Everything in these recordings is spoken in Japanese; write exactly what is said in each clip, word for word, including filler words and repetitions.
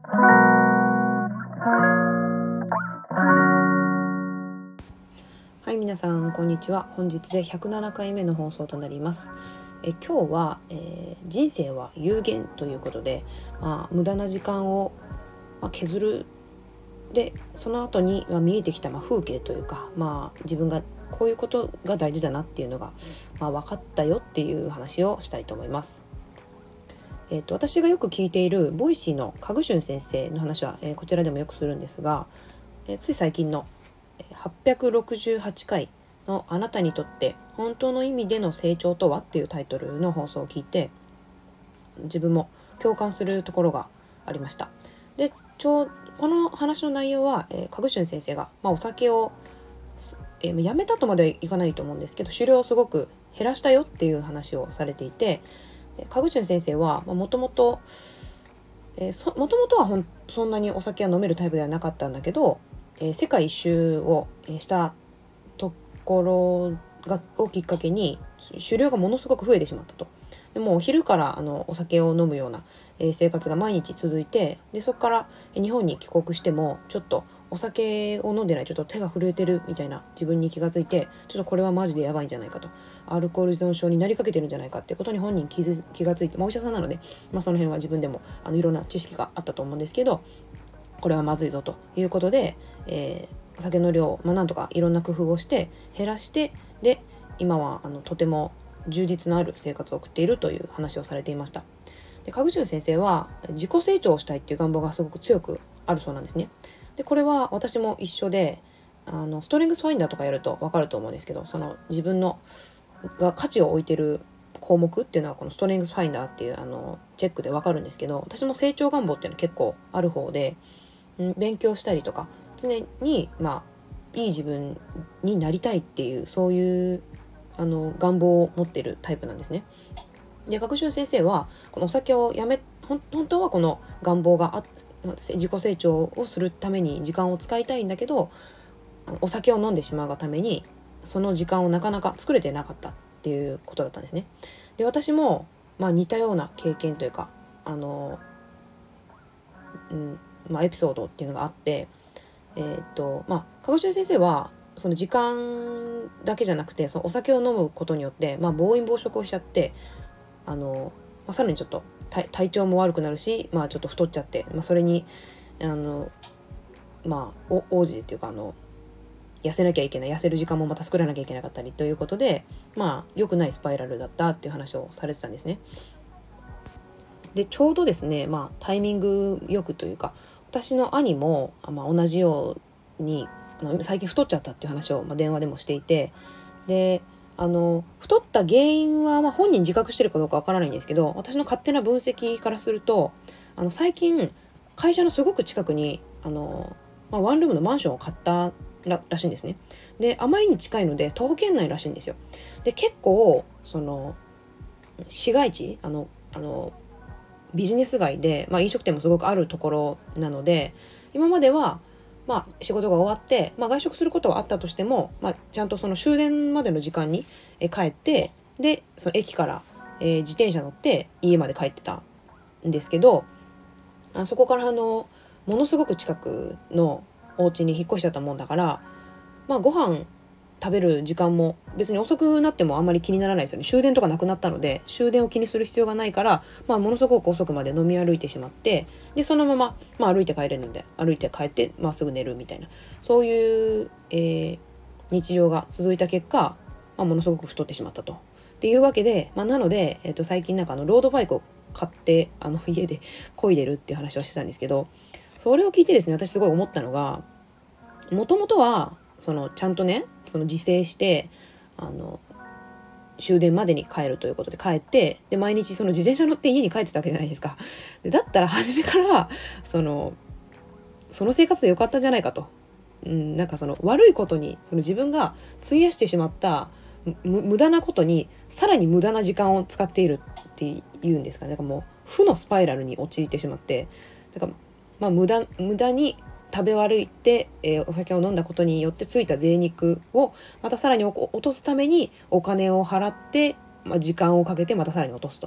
はい、皆さんこんにちは。本日でひゃくななかいめの放送となります。え今日は、えー、人生は有限ということで、まあ、無駄な時間を、まあ、削るでその後に、まあ、見えてきた、まあ、風景というか、まあ、自分がこういうことが大事だなっていうのが、まあ、分かったよっていう話をしたいと思います。えーと、私がよく聞いているボイシーのカグシュン先生の話は、えー、こちらでもよくするんですが、えー、つい最近のはっぴゃくろくじゅうはちかいのあなたにとって本当の意味での成長とはっていうタイトルの放送を聞いて、自分も共感するところがありました。でちょうこの話の内容は、えー、カグシュン先生が、まあ、お酒を、えー、やめたとまではいかないと思うんですけど、酒量をすごく減らしたよっていう話をされていて、でカグシュン先生はもともともともとはほんそんなにお酒は飲めるタイプではなかったんだけど、えー、世界一周をしたところがをきっかけに酒量がものすごく増えてしまったと。でもう昼からあのお酒を飲むような、えー、生活が毎日続いて、でそこから日本に帰国してもちょっとお酒を飲んでない、ちょっと手が震えてるみたいな自分に気がついて、ちょっとこれはマジでやばいんじゃないかと、アルコール依存症になりかけてるんじゃないかっていうことに本人気づ気がついて、まあ、お医者さんなので、まあ、その辺は自分でもあのいろんな知識があったと思うんですけど、これはまずいぞということで、えー、お酒の量、まあ、なんとかいろんな工夫をして減らして、で今はあのとても充実のある生活を送っているという話をされていました。でカグジュン先生は自己成長をしたいっていう願望がすごく強くあるそうなんですね。でこれは私も一緒で、あのストレングスファインダーとかやると分かると思うんですけど、その自分のが価値を置いてる項目っていうのはこのストレングスファインダーっていうあのチェックで分かるんですけど、私も成長願望っていうのは結構ある方で、勉強したりとか常にまあいい自分になりたいっていう、そういうあの願望を持っているタイプなんですね。で学習先生はこのお酒をやめ本当はこの願望があ自己成長をするために時間を使いたいんだけど、お酒を飲んでしまうがためにその時間をなかなか作れてなかったっていうことだったんですね。で私もまあ似たような経験というか、あの、うんまあ、エピソードっていうのがあって、えー、っとまあ鹿児島先生はその時間だけじゃなくて、そのお酒を飲むことによって、まあ、暴飲暴食をしちゃって、あの、まあ、さらにちょっと体調も悪くなるし、まあ、ちょっと太っちゃって、まあ、それにあのまあ王子っていうか、あの痩せなきゃいけない、痩せる時間もまた作らなきゃいけなかったりということで、まあ良くないスパイラルだったっていう話をされてたんですね。でちょうどですね、まあタイミングよくというか、私の兄も、まあ、同じようにあの最近太っちゃったっていう話を、まあ、電話でもしていて、であの太った原因は、まあ、本人自覚してるかどうかわからないんですけど、私の勝手な分析からすると、あの最近会社のすごく近くにあの、まあ、ワンルームのマンションを買ったら, らしいんですね。であまりに近いので徒歩圏内らしいんですよ。で結構その市街地、あのあのビジネス街で、まあ、飲食店もすごくあるところなので、今まではまあ仕事が終わって、まあ、外食することはあったとしても、まあ、ちゃんとその終電までの時間に帰って、でその駅から、えー、自転車乗って家まで帰ってたんですけど、あそこからあのものすごく近くのお家に引っ越しちゃったもんだから、まあご飯食べる時間も別に遅くなってもあんまり気にならないですよね。終電とかなくなったので終電を気にする必要がないから、まあ、ものすごく遅くまで飲み歩いてしまって、でそのまま、まあ、歩いて帰れるので歩いて帰って、まあ、すぐ寝るみたいな、そういう、えー、日常が続いた結果、まあ、ものすごく太ってしまったと。っていうわけで、まあ、なので、えー、と最近なんかあのロードバイクを買ってあの家で漕いでるっていう話をしてたんですけど、それを聞いてですね、私すごい思ったのが、もともとはそのちゃんとね、その自制してあの終電までに帰るということで帰って、で毎日その自転車乗って家に帰ってたわけじゃないですか。でだったら初めからそのその生活でよかったんじゃないかと、うん、なんかその悪いことにその自分が費やしてしまった無駄なことにさらに無駄な時間を使っているっていうんですかね。だからもう負のスパイラルに陥ってしまって、だからまあ無駄無駄に食べ歩いて、えー、お酒を飲んだことによってついた贅肉をまたさらに落とすためにお金を払って、まあ、時間をかけてまたさらに落とすと。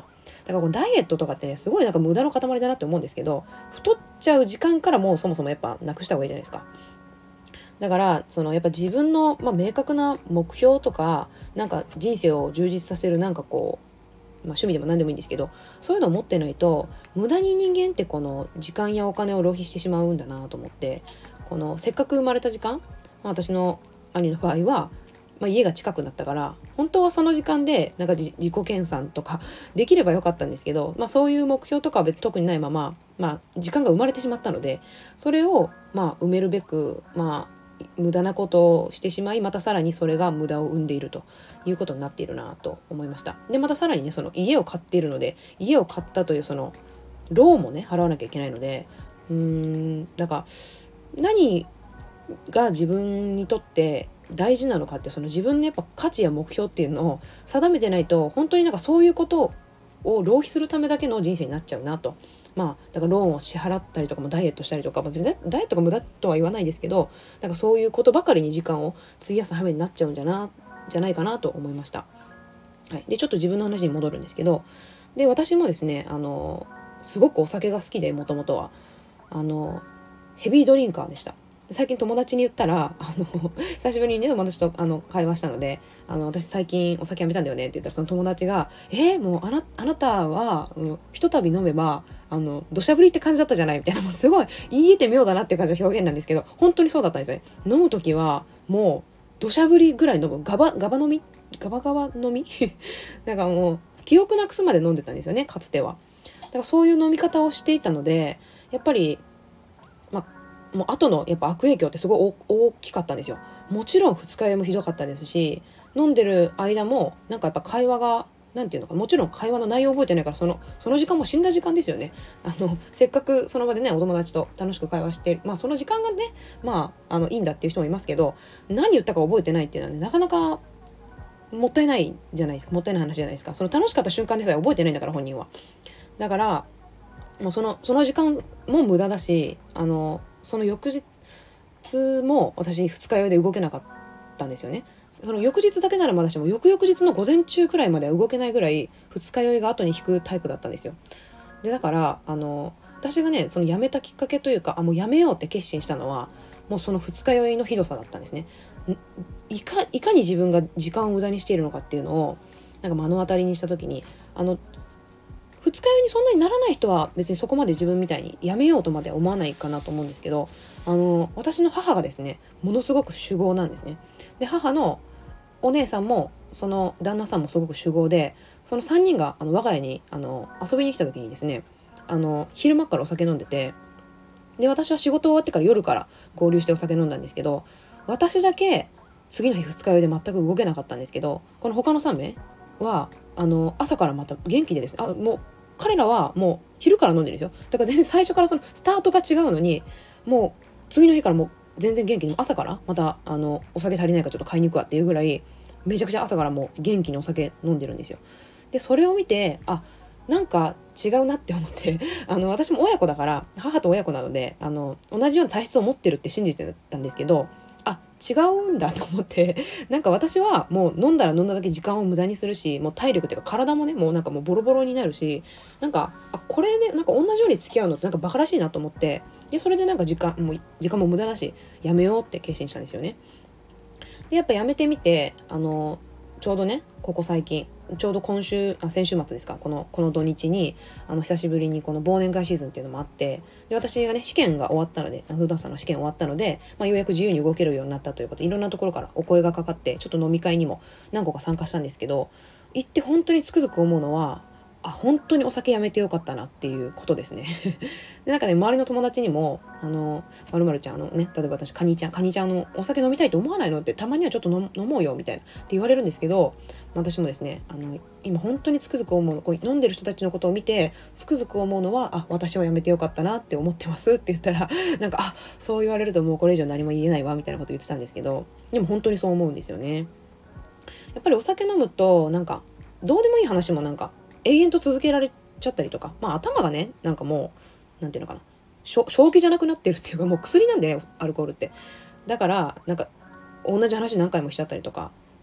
からこのダイエットとかってねすごいなんか無駄の塊だなって思うんですけど、太っちゃう時間からもうそもそもやっぱなくした方がいいじゃないですか。だからそのやっぱ自分の、まあ、明確な目標とかなんか人生を充実させるなんかこう、まあ、趣味でも何でもいいんですけど、そういうのを持ってないと無駄に人間ってこの時間やお金を浪費してしまうんだなと思って、このせっかく生まれた時間、まあ、私の兄の場合は、まあ、家が近くなったから本当はその時間でなんか自己研鑽とかできればよかったんですけど、まあ、そういう目標とかは別に特にないまま、まあ、時間が生まれてしまったので、それをまあ埋めるべくまあ無駄なことをしてしまい、またさらにそれが無駄を生んでいるということになっているなと思いました。でまたさらにね、その家を買っているので、家を買ったというそのローンもね払わなきゃいけないので、うーんだから何が自分にとって大事なのかって、その自分のやっぱ価値や目標っていうのを定めてないと、本当になんかそういうことを浪費するためだけの人生になっちゃうなと。まあだからローンを支払ったりとかもダイエットしたりとか、まあ、別にダイエットが無駄とは言わないですけど、なんかそういうことばかりに時間を費やす羽目になっちゃうんじゃなじゃないかなと思いました。はい、でちょっと自分の話に戻るんですけど、で私もですね、あのすごくお酒が好きで、もともとはあのヘビードリンカーでした。最近友達に言ったら、あの久しぶりにね友達とあの会話したので、あの私最近お酒やめたんだよねって言ったら、その友達がえー、もうあなあなたは、うん、ひとたび飲めばあの土砂降りって感じだったじゃないみたいな、もうすごい言い得て妙だなっていう感じの表現なんですけど、本当にそうだったんですよね。飲む時はもう土砂降りぐらい飲む、ガバガバ飲みガバガバ飲みだからもう記憶なくすまで飲んでたんですよね、かつては。だからそういう飲み方をしていたので、やっぱりまあもう後のやっぱ悪影響ってすごい大きかったんですよ。もちろん二日酔いもひどかったですし、飲んでる間もなんかやっぱ会話がなんていうのか、もちろん会話の内容覚えてないから、そのその時間も死んだ時間ですよね。あのせっかくその場でねお友達と楽しく会話して、まあその時間がねまああのいいんだっていう人もいますけど、何言ったか覚えてないっていうのはね、なかなかもったいないじゃないですか。もったいない話じゃないですか。その楽しかった瞬間でさえ覚えてないんだから、本人は。だからもうそのその時間も無駄だし、あのその翌日も私二日酔いで動けなかったんですよね。その翌日だけならまだしも、翌々日の午前中くらいまでは動けないぐらい二日酔いが後に引くタイプだったんですよ。でだからあの私がねその辞めたきっかけというか、あもう辞めようって決心したのはもうその二日酔いのひどさだったんですね。いかいかに自分が時間を無駄にしているのかっていうのをなんか目の当たりにした時に、あの二日酔いにそんなにならない人は別にそこまで自分みたいにやめようとまでは思わないかなと思うんですけど、あの私の母がですねものすごく酒豪なんですね。で母のお姉さんもその旦那さんもすごく酒豪で、そのさんにんがあの我が家にあの遊びに来た時にですね、あの昼間からお酒飲んでて、で私は仕事終わってから夜から合流してお酒飲んだんですけど、私だけ次の日二日酔いで全く動けなかったんですけど、この他のさん名はあの朝からまた元気でですね、あもう彼らはもう昼から飲んでるんですよ。だから全然最初からそのスタートが違うのに、もう次の日からもう全然元気に、朝からまたあのお酒足りないからちょっと買いに行くわっていうぐらい、めちゃくちゃ朝からもう元気にお酒飲んでるんですよ。でそれを見て、あなんか違うなって思ってあの私も親子だから、母と親子なのであの同じような体質を持ってるって信じてたんですけど、あ違うんだと思ってなんか私はもう飲んだら飲んだだけ時間を無駄にするし、もう体力っていうか体もねもうなんかもうボロボロになるし、なんかあこれでなんか同じように付き合うのってなんかバカらしいなと思って、でそれでなんか時間もう時間も無駄だしやめようって決心したんですよね。でやっぱやめてみて、あのちょうどねここ最近ちょうど今週あ先週末ですか、このこの土日にあの久しぶりにこの忘年会シーズンっていうのもあって、で私がね試験が終わったので、フードさんの試験終わったので、まあ、ようやく自由に動けるようになったということで、いろんなところからお声がかかって、ちょっと飲み会にも何個か参加したんですけど、行って本当につくづく思うのは、あ本当にお酒やめてよかったなっていうことですねでなんかね周りの友達にもあのまるまるちゃんあのね、例えば私カニちゃんカニちゃんのお酒飲みたいと思わないのって、たまにはちょっと飲飲もうよみたいなって言われるんですけど、私もですねあの今本当につくづく思うの、こう飲んでる人たちのことを見てつくづく思うのは、あ私はやめてよかったなって思ってますって言ったらなんかあそう言われるともうこれ以上何も言えないわみたいなこと言ってたんですけど、でも本当にそう思うんですよね。やっぱりお酒飲むとなんかどうでもいい話もなんか永遠と続けられちゃったりとか、まあ頭がねなんかもうなんていうのかな、正気じゃなくなってるっていうか、もう薬なんでねアルコールって。だからなんか同じ話何回もしちゃったりとか、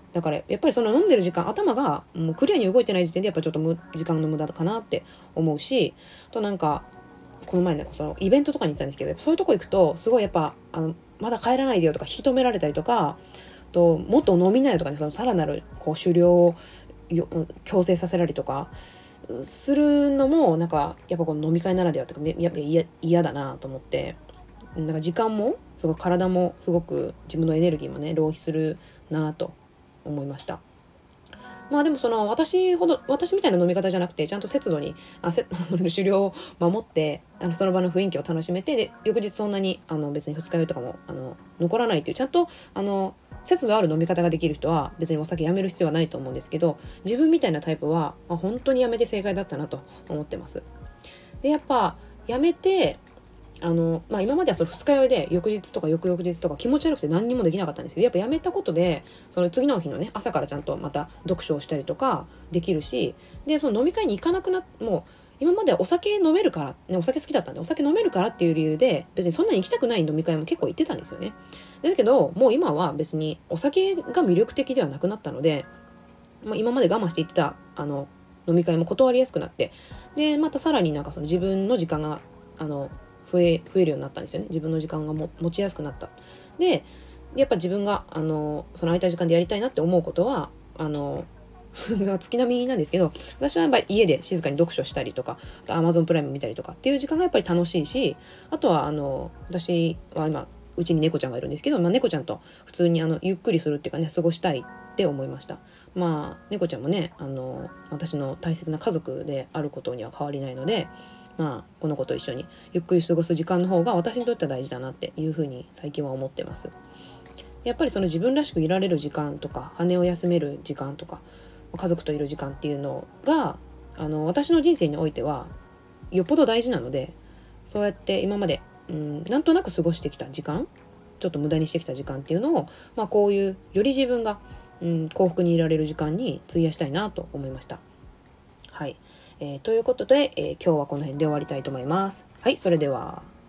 だからやっぱりその飲んでる時間、頭がもうクリアに動いてない時点でやっぱちょっとむ時間の無駄かなって思うし、となんかこの前ねそのイベントとかに行ったんですけど、そういうとこ行くとすごいやっぱあのまだ帰らないでよとか引き止められたりとか、ともっと飲みなよとかね、そのさらなるこう狩猟をよ強制させられるとかするのもなんかやっぱこの飲み会ならではとかやっぱ嫌嫌だなと思って、なんか時間もすごい体もすごく自分のエネルギーもね浪費するなと思いました。まあでもその私ほど私みたいな飲み方じゃなくて、ちゃんと節度にあせ狩猟を守ってあのその場の雰囲気を楽しめて、で翌日そんなにあの別に二日酔いとかもあの残らないっていう、ちゃんとあの節度ある飲み方ができる人は別にお酒やめる必要はないと思うんですけど、自分みたいなタイプは、まあ、本当にやめて正解だったなと思ってます。でやっぱやめてあの、まあ、今まではその二日酔いで翌日とか翌々日とか気持ち悪くて何にもできなかったんですけど、やっぱやめたことでその次の日のね朝からちゃんとまた読書をしたりとかできるし、でその飲み会に行かなくなっもう今まではお酒飲めるから、ね、お酒好きだったんでお酒飲めるからっていう理由で別にそんなに行きたくない飲み会も結構行ってたんですよね。だけどもう今は別にお酒が魅力的ではなくなったので、まあ、今まで我慢して行ってたあの飲み会も断りやすくなって、でまたさらになんかその自分の時間があの増え増えるようになったんですよね。自分の時間がも持ちやすくなった。でやっぱ自分があのその空いた時間でやりたいなって思うことはあの月並みなんですけど、私はやっぱり家で静かに読書したりとか、あと Amazon プライム見たりとかっていう時間がやっぱり楽しいし、あとはあの私は今うちに猫ちゃんがいるんですけど、まあ、猫ちゃんと普通にあのゆっくりするっていうかね過ごしたいって思いました。まあ猫ちゃんもねあの私の大切な家族であることには変わりないので、まあこの子と一緒にゆっくり過ごす時間の方が私にとっては大事だなっていうふうに最近は思ってます。やっぱりその自分らしくいられる時間とか羽を休める時間とか家族といる時間っていうのがあの私の人生においてはよっぽど大事なので、そうやって今まで、うん、なんとなく過ごしてきた時間、ちょっと無駄にしてきた時間っていうのを、まあ、こういうより自分が、うん、幸福にいられる時間に費やしたいなと思いました。はい、えー、ということで、えー、今日はこの辺で終わりたいと思います。はい、それでは。